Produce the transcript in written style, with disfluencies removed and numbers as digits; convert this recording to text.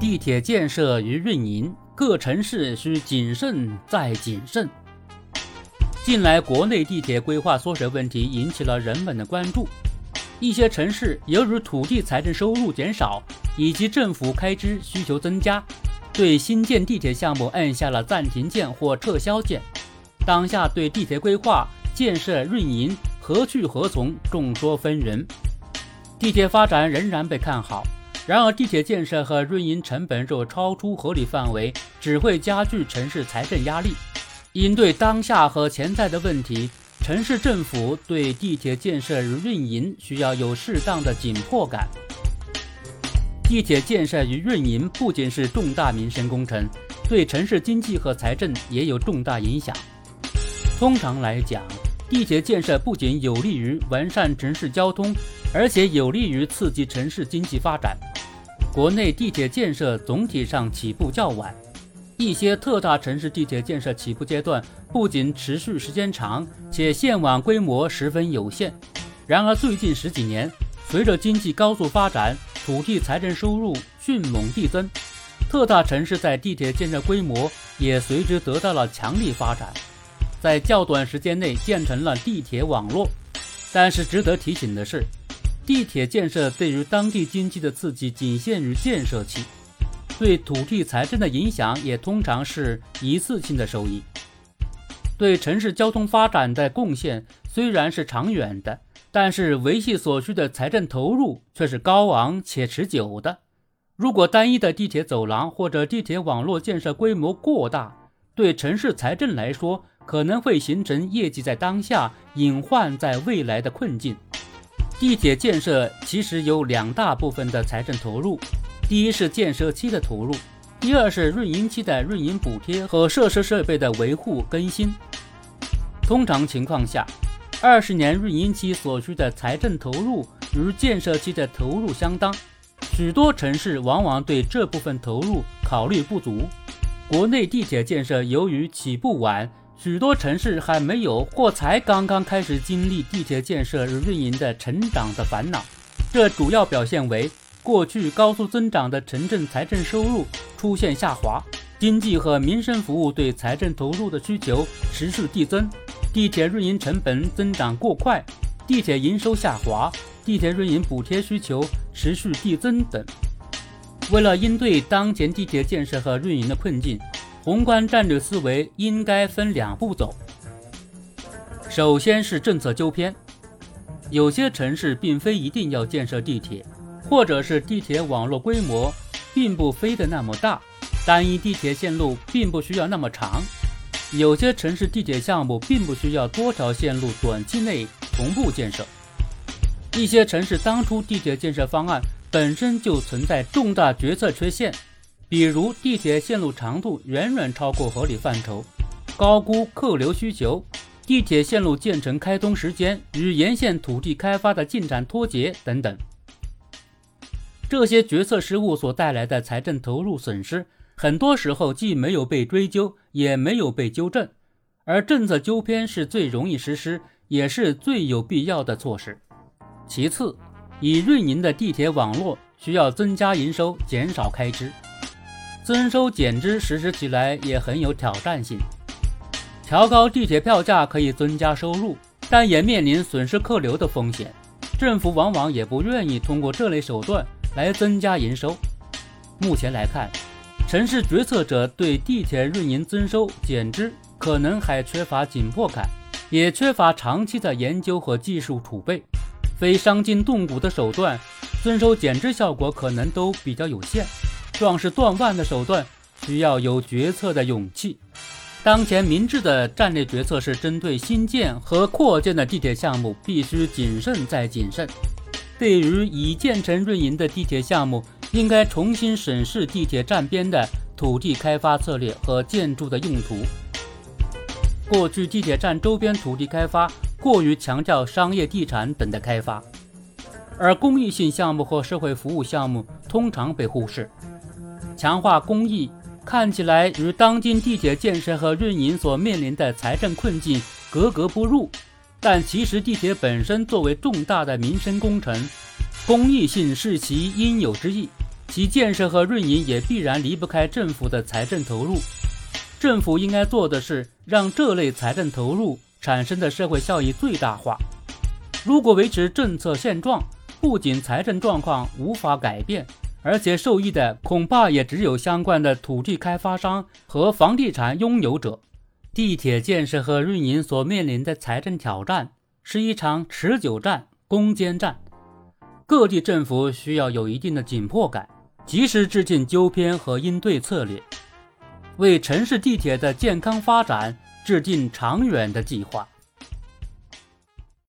地铁建设与运营，各城市需谨慎再谨慎。近来国内地铁规划缩水问题引起了人们的关注，一些城市由于土地财政收入减少以及政府开支需求增加，对新建地铁项目按下了暂停键或撤销键。当下对地铁规划、建设、运营何去何从，众说纷纭。地铁发展仍然被看好，然而地铁建设和运营成本若超出合理范围，只会加剧城市财政压力。应对当下和潜在的问题，城市政府对地铁建设与运营需要有适当的紧迫感。地铁建设与运营不仅是重大民生工程，对城市经济和财政也有重大影响。通常来讲，地铁建设不仅有利于完善城市交通，而且有利于刺激城市经济发展。国内地铁建设总体上起步较晚，一些特大城市地铁建设起步阶段不仅持续时间长，且线网规模十分有限。然而最近10几年，随着经济高速发展，土地财政收入迅猛递增，特大城市在地铁建设规模也随之得到了强力发展，在较短时间内建成了地铁网络。但是值得提醒的是，地铁建设对于当地经济的刺激仅限于建设期，对土地财政的影响也通常是一次性的收益。对城市交通发展的贡献虽然是长远的，但是维系所需的财政投入却是高昂且持久的。如果单一的地铁走廊或者地铁网络建设规模过大，对城市财政来说可能会形成业绩在当下，隐患在未来的困境。地铁建设其实有2大部分的财政投入，第一是建设期的投入，第二是运营期的运营补贴和设施设备的维护更新。通常情况下，20年运营期所需的财政投入与建设期的投入相当，许多城市往往对这部分投入考虑不足。国内地铁建设由于起步晚，许多城市还没有或才刚刚开始经历地铁建设与运营的成长的烦恼，这主要表现为过去高速增长的城镇财政收入出现下滑，经济和民生服务对财政投入的需求持续递增，地铁运营成本增长过快，地铁营收下滑，地铁运营补贴需求持续递增等。为了应对当前地铁建设和运营的困境，宏观战略思维应该分2步走。首先是政策纠偏，有些城市并非一定要建设地铁，或者是地铁网络规模并不非得那么大，单一地铁线路并不需要那么长，有些城市地铁项目并不需要多条线路短期内同步建设，一些城市当初地铁建设方案本身就存在重大决策缺陷，比如地铁线路长度远远超过合理范畴，高估客流需求，地铁线路建成开通时间与沿线土地开发的进展脱节等等。这些决策失误所带来的财政投入损失，很多时候既没有被追究，也没有被纠正，而政策纠偏是最容易实施，也是最有必要的措施。其次，以运营的地铁网络需要增加营收，减少开支。增收减支实施起来也很有挑战性。调高地铁票价可以增加收入，但也面临损失客流的风险。政府往往也不愿意通过这类手段来增加营收。目前来看，城市决策者对地铁运营增收减支可能还缺乏紧迫感，也缺乏长期的研究和技术储备。非伤筋动骨的手段，增收减支效果可能都比较有限。壮士断腕的手段需要有决策的勇气。当前明智的战略决策是针对新建和扩建的地铁项目必须谨慎再谨慎。对于已建成运营的地铁项目，应该重新审视地铁站边的土地开发策略和建筑的用途。过去地铁站周边土地开发过于强调商业地产等的开发，而公益性项目和社会服务项目通常被忽视。强化公益看起来与当今地铁建设和运营所面临的财政困境格格不入，但其实地铁本身作为重大的民生工程，公益性是其应有之义， 其建设和运营也必然离不开政府的财政投入。政府应该做的是让这类财政投入产生的社会效益最大化。如果维持政策现状，不仅财政状况无法改变，而且受益的恐怕也只有相关的土地开发商和房地产拥有者。地铁建设和运营所面临的财政挑战是一场持久战、攻坚战。各地政府需要有一定的紧迫感，及时制定纠偏和应对策略，为城市地铁的健康发展制定长远的计划。